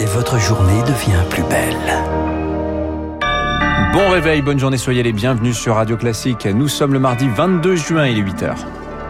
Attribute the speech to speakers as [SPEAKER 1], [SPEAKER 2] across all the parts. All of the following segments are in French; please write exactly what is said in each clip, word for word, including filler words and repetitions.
[SPEAKER 1] votre journée devient plus belle.
[SPEAKER 2] Bon réveil, bonne journée, soyez les bienvenus sur Radio Classique. Nous sommes le mardi vingt-deux juin, il est huit heures.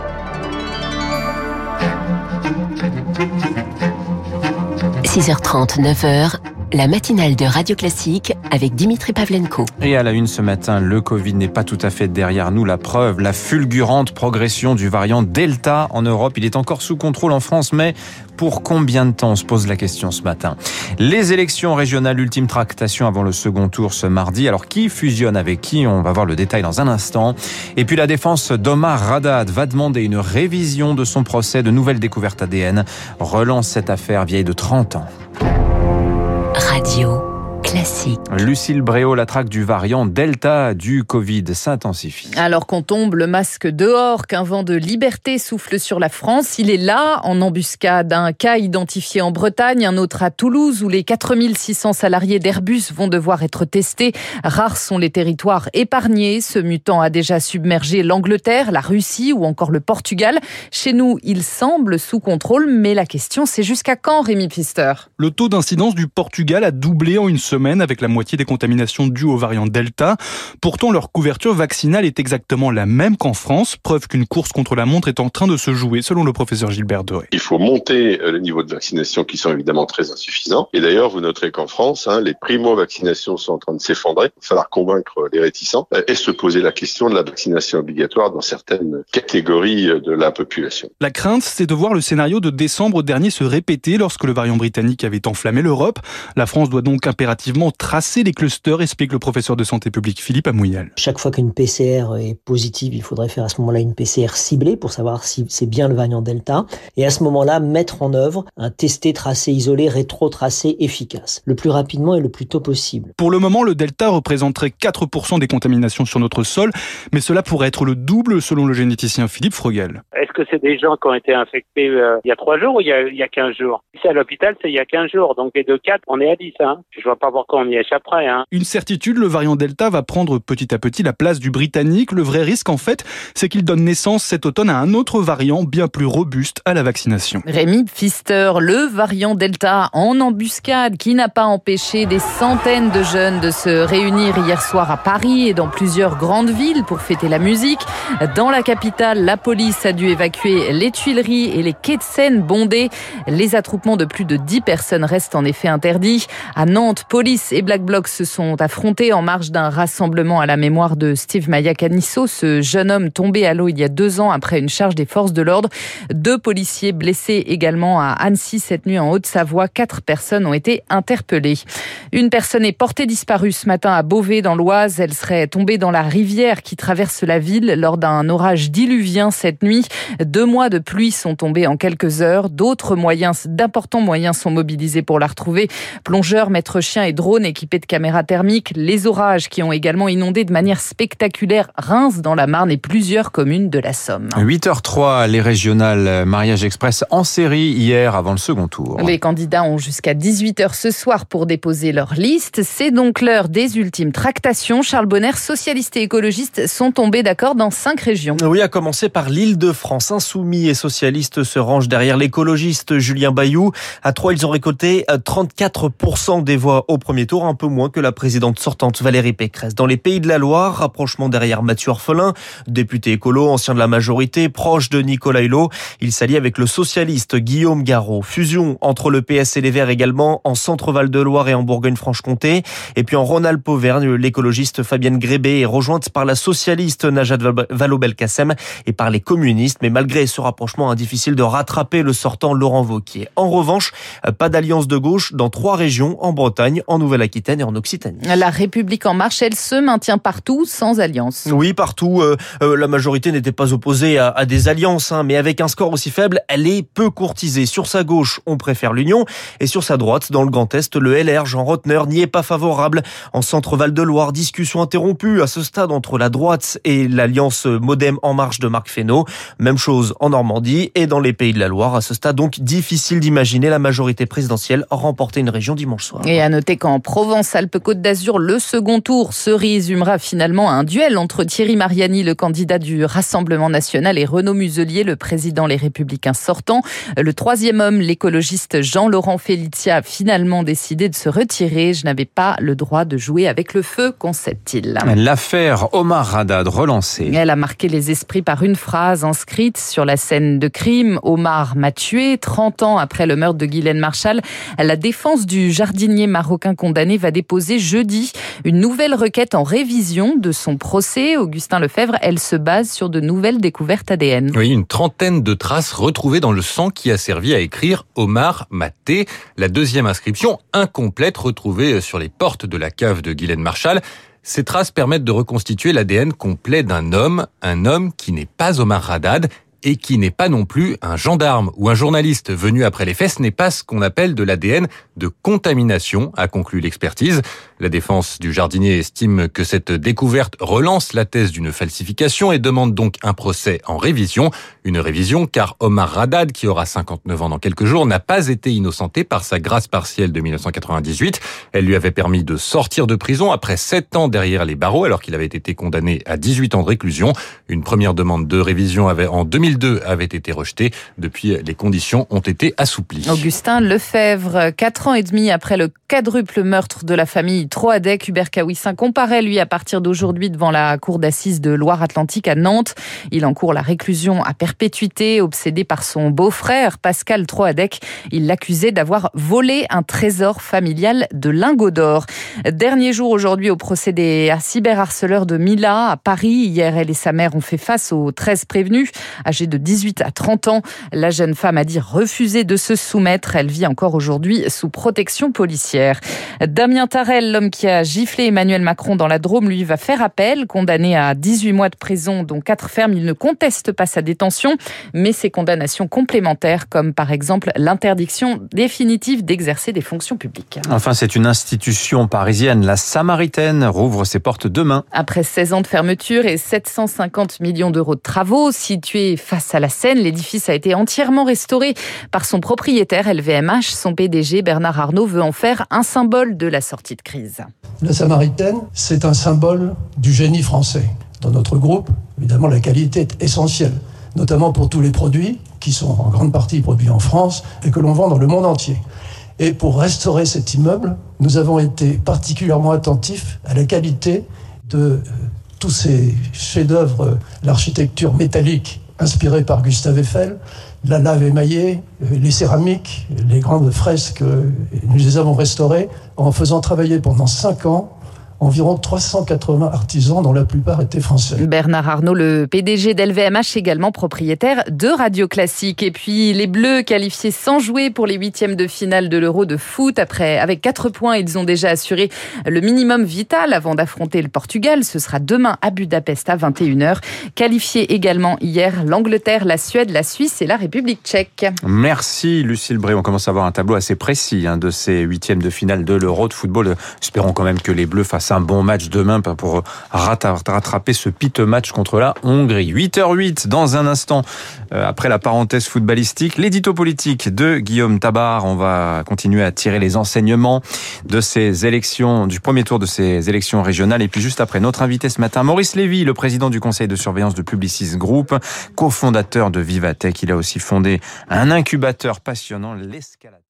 [SPEAKER 3] six heures trente, neuf heures, la matinale de Radio Classique avec Dimitri Pavlenko.
[SPEAKER 2] Et à la une ce matin, le Covid n'est pas tout à fait derrière nous. La preuve, la fulgurante progression du variant Delta en Europe. Il est encore sous contrôle en France, mais pour combien de temps? On se pose la question ce matin. Les élections régionales, ultime tractation avant le second tour ce mardi. Alors qui fusionne avec qui? On va voir le détail dans un instant. Et puis la défense d'Omar Haddad va demander une révision de son procès. De nouvelles découvertes A D N relance cette affaire vieille de trente ans.
[SPEAKER 3] Radio Classique.
[SPEAKER 2] Lucille Bréau, la traque du variant Delta du Covid s'intensifie.
[SPEAKER 4] Alors qu'on tombe le masque dehors, qu'un vent de liberté souffle sur la France, il est là, en embuscade. Un cas identifié en Bretagne, un autre à Toulouse, où les quatre mille six cents salariés d'Airbus vont devoir être testés. Rares sont les territoires épargnés. Ce mutant a déjà submergé l'Angleterre, la Russie ou encore le Portugal. Chez nous, il semble sous contrôle, mais la question, c'est jusqu'à quand, Rémi Pfister?
[SPEAKER 5] Le taux d'incidence du Portugal a doublé en une semaine avec la moitié des contaminations dues au variant Delta. Pourtant, leur couverture vaccinale est exactement la même qu'en France, preuve qu'une course contre la montre est en train de se jouer, selon le professeur Gilbert Doré.
[SPEAKER 6] Il faut monter les niveaux de vaccination qui sont évidemment très insuffisants. Et d'ailleurs, vous noterez qu'en France, hein, les primo-vaccinations sont en train de s'effondrer. Il va falloir convaincre les réticents et se poser la question de la vaccination obligatoire dans certaines catégories de la population.
[SPEAKER 5] La crainte, c'est de voir le scénario de décembre dernier se répéter lorsque le variant britannique avait enflammé l'Europe. La France doit donc impérativement tracer les clusters, explique le professeur de santé publique Philippe Amouyal.
[SPEAKER 7] Chaque fois qu'une P C R est positive, il faudrait faire à ce moment-là une P C R ciblée pour savoir si c'est bien le variant Delta. Et à ce moment-là, mettre en œuvre un testé, tracé, isolé, rétro-tracé efficace, le plus rapidement et le plus tôt possible.
[SPEAKER 5] Pour le moment, le Delta représenterait quatre pour cent des contaminations sur notre sol, mais cela pourrait être le double selon le généticien Philippe Frogel.
[SPEAKER 8] Est-ce que c'est des gens qui ont été infectés euh, il y a trois jours ou il y a, il y a quinze jours? Si c'est à l'hôpital, c'est il y a quinze jours. Donc les deux quatre, on est à dix. Hein. Je vois pas pourquoi on y échapperait. Hein.
[SPEAKER 5] Une certitude, le variant Delta va prendre petit à petit la place du britannique. Le vrai risque, en fait, c'est qu'il donne naissance cet automne à un autre variant bien plus robuste à la vaccination.
[SPEAKER 4] Rémi Pfister, le variant Delta en embuscade qui n'a pas empêché des centaines de jeunes de se réunir hier soir à Paris et dans plusieurs grandes villes pour fêter la musique. Dans la capitale, la police a dû évacuer les Tuileries et les quais de Seine bondés. Les attroupements de plus de dix personnes restent en effet interdits. À Nantes, police et Black Bloc se sont affrontés en marge d'un rassemblement à la mémoire de Steve Maia Canisso, ce jeune homme tombé à l'eau il y a deux ans après une charge des forces de l'ordre. Deux policiers blessés également à Annecy cette nuit en Haute-Savoie. Quatre personnes ont été interpellées. Une personne est portée disparue ce matin à Beauvais dans l'Oise. Elle serait tombée dans la rivière qui traverse la ville lors d'un orage diluvien cette nuit. Deux mois de pluie sont tombés en quelques heures. D'autres moyens, d'importants moyens sont mobilisés pour la retrouver. Plongeurs, maîtres chiens et drones équipés de caméras thermiques. Les orages qui ont également inondé de manière spectaculaire Reims dans la Marne et plusieurs communes de la Somme.
[SPEAKER 2] huit heures trois, les régionales Mariage Express en série hier avant le second tour.
[SPEAKER 4] Les candidats ont jusqu'à dix-huit heures ce soir pour déposer leur liste. C'est donc l'heure des ultimes tractations. Charles Bonner, socialistes et écologistes sont tombés d'accord dans cinq régions.
[SPEAKER 9] Oui, à commencer par l'Île-de-France. Insoumis et socialistes se rangent derrière l'écologiste Julien Bayou. À Troyes, ils ont récolté trente-quatre pour cent des voix au premier tour, un peu moins que la présidente sortante Valérie Pécresse. Dans les Pays de la Loire, rapprochement derrière Mathieu Orphelin, député écolo, ancien de la majorité, proche de Nicolas Hulot. Il s'allie avec le socialiste Guillaume Garot. Fusion entre le P S et les Verts également en Centre-Val de Loire et en Bourgogne-Franche-Comté. Et puis en Rhône-Alpes-Auvergne, l'écologiste Fabienne Grébé est rejointe par la socialiste Najat Vallaud-Belkacem et par les communistes. Mais malgré ce rapprochement, difficile de rattraper le sortant Laurent Wauquiez. En revanche, pas d'alliance de gauche dans trois régions, en Bretagne, en Nouvelle-Aquitaine et en Occitanie.
[SPEAKER 4] La République en marche, elle se maintient partout sans alliance.
[SPEAKER 9] Oui, partout. Euh, euh, la majorité n'était pas opposée à, à des alliances, hein, mais avec un score aussi faible, elle est peu courtisée. Sur sa gauche, on préfère l'Union, et sur sa droite, dans le Grand Est, le L R, Jean Rottner, n'y est pas favorable. En Centre-Val de Loire, discussion interrompue à ce stade entre la droite et l'alliance Modem En Marche de Marc Fesneau. Même chose en Normandie et dans les Pays de la Loire. À ce stade, donc, difficile d'imaginer la majorité présidentielle remporter une région dimanche soir.
[SPEAKER 4] Et à noter qu'en Provence-Alpes-Côte d'Azur, le second tour se résumera finalement à un duel entre Thierry Mariani, le candidat du Rassemblement national, et Renaud Muselier, le président Les Républicains sortant. Le troisième homme, l'écologiste Jean-Laurent Felicia, a finalement décidé de se retirer. Je n'avais pas le droit de jouer avec le feu, concède-t-il.
[SPEAKER 2] L'affaire Omar Haddad relancée.
[SPEAKER 4] Elle a marqué les esprits par une phrase inscrite sur la scène de crime. Omar m'a tué. trente ans après le meurtre de Ghislaine Marchal, la défense du jardinier marocain condamné va déposer jeudi une nouvelle requête en révision de son procès. Augustin Lefebvre, elle se base sur de nouvelles découvertes A D N.
[SPEAKER 10] Oui, une trentaine de traces retrouvées dans le sang qui a servi à écrire Omar m'a tué. La deuxième inscription incomplète retrouvée sur les portes de la cave de Ghislaine Marchal. Ces traces permettent de reconstituer l'A D N complet d'un homme, un homme qui n'est pas Omar Haddad et qui n'est pas non plus un gendarme ou un journaliste venu après les faits. Ce n'est pas ce qu'on appelle de l'A D N de contamination, a conclu l'expertise. La défense du jardinier estime que cette découverte relance la thèse d'une falsification et demande donc un procès en révision. Une révision car Omar Haddad, qui aura cinquante-neuf ans dans quelques jours, n'a pas été innocenté par sa grâce partielle de dix-neuf cent quatre-vingt-dix-huit. Elle lui avait permis de sortir de prison après sept ans derrière les barreaux alors qu'il avait été condamné à dix-huit ans de réclusion. Une première demande de révision avait en deux mille deux avait été rejetée. Depuis, les conditions ont été assouplies.
[SPEAKER 4] Augustin Lefebvre, quatre ans et demi après le quadruple meurtre de la famille Troadec, Hubert Kawissin comparaît, lui, à partir d'aujourd'hui devant la cour d'assises de Loire-Atlantique à Nantes. Il encourt la réclusion à perpétuité, obsédé par son beau-frère, Pascal Troadec. Il l'accusait d'avoir volé un trésor familial de lingots d'or. Dernier jour aujourd'hui au procès des cyberharceleurs de Mila à Paris. Hier, elle et sa mère ont fait face aux treize prévenus, âgés de dix-huit à trente ans. La jeune femme a dit refuser de se soumettre. Elle vit encore aujourd'hui sous protection policière. Damien Tarel, l'homme qui a giflé Emmanuel Macron dans la Drôme, lui va faire appel. Condamné à dix-huit mois de prison, dont quatre fermes, il ne conteste pas sa détention, mais ses condamnations complémentaires, comme par exemple l'interdiction définitive d'exercer des fonctions publiques.
[SPEAKER 2] Enfin, c'est une institution parisienne, la Samaritaine, rouvre ses portes demain.
[SPEAKER 4] Après seize ans de fermeture et sept cent cinquante millions d'euros de travaux, situé face à la Seine, l'édifice a été entièrement restauré par son propriétaire L V M H. Son P D G Bernard Arnault veut en faire un symbole de la sortie de crise.
[SPEAKER 11] La Samaritaine, c'est un symbole du génie français. Dans notre groupe, évidemment, la qualité est essentielle, notamment pour tous les produits qui sont en grande partie produits en France et que l'on vend dans le monde entier. Et pour restaurer cet immeuble, nous avons été particulièrement attentifs à la qualité de euh, tous ces chefs-d'œuvre, euh, l'architecture métallique inspirée par Gustave Eiffel, la lave émaillée, les céramiques, les grandes fresques, nous les avons restaurées en faisant travailler pendant cinq ans environ trois cent quatre-vingts artisans, dont la plupart étaient français.
[SPEAKER 4] Bernard Arnault, le P D G d'L V M H, également propriétaire de Radio Classique. Et puis les Bleus qualifiés sans jouer pour les huitièmes de finale de l'Euro de foot. Après, avec quatre points, ils ont déjà assuré le minimum vital avant d'affronter le Portugal. Ce sera demain à Budapest à vingt et une heures. Qualifiés également hier l'Angleterre, la Suède, la Suisse et la République tchèque.
[SPEAKER 2] Merci Lucille Bray. On commence à avoir un tableau assez précis hein, de ces huitièmes de finale de l'Euro de football. Espérons quand même que les Bleus fassent un bon match demain pour rattraper ce piteux match contre la Hongrie. huit heures huit dans un instant, après la parenthèse footballistique, l'édito politique de Guillaume Tabar. On va continuer à tirer les enseignements de ces élections, du premier tour de ces élections régionales. Et puis juste après, notre invité ce matin, Maurice Lévy, le président du conseil de surveillance de Publicis Group, cofondateur de Vivatech. Il a aussi fondé un incubateur passionnant, l'Escalade.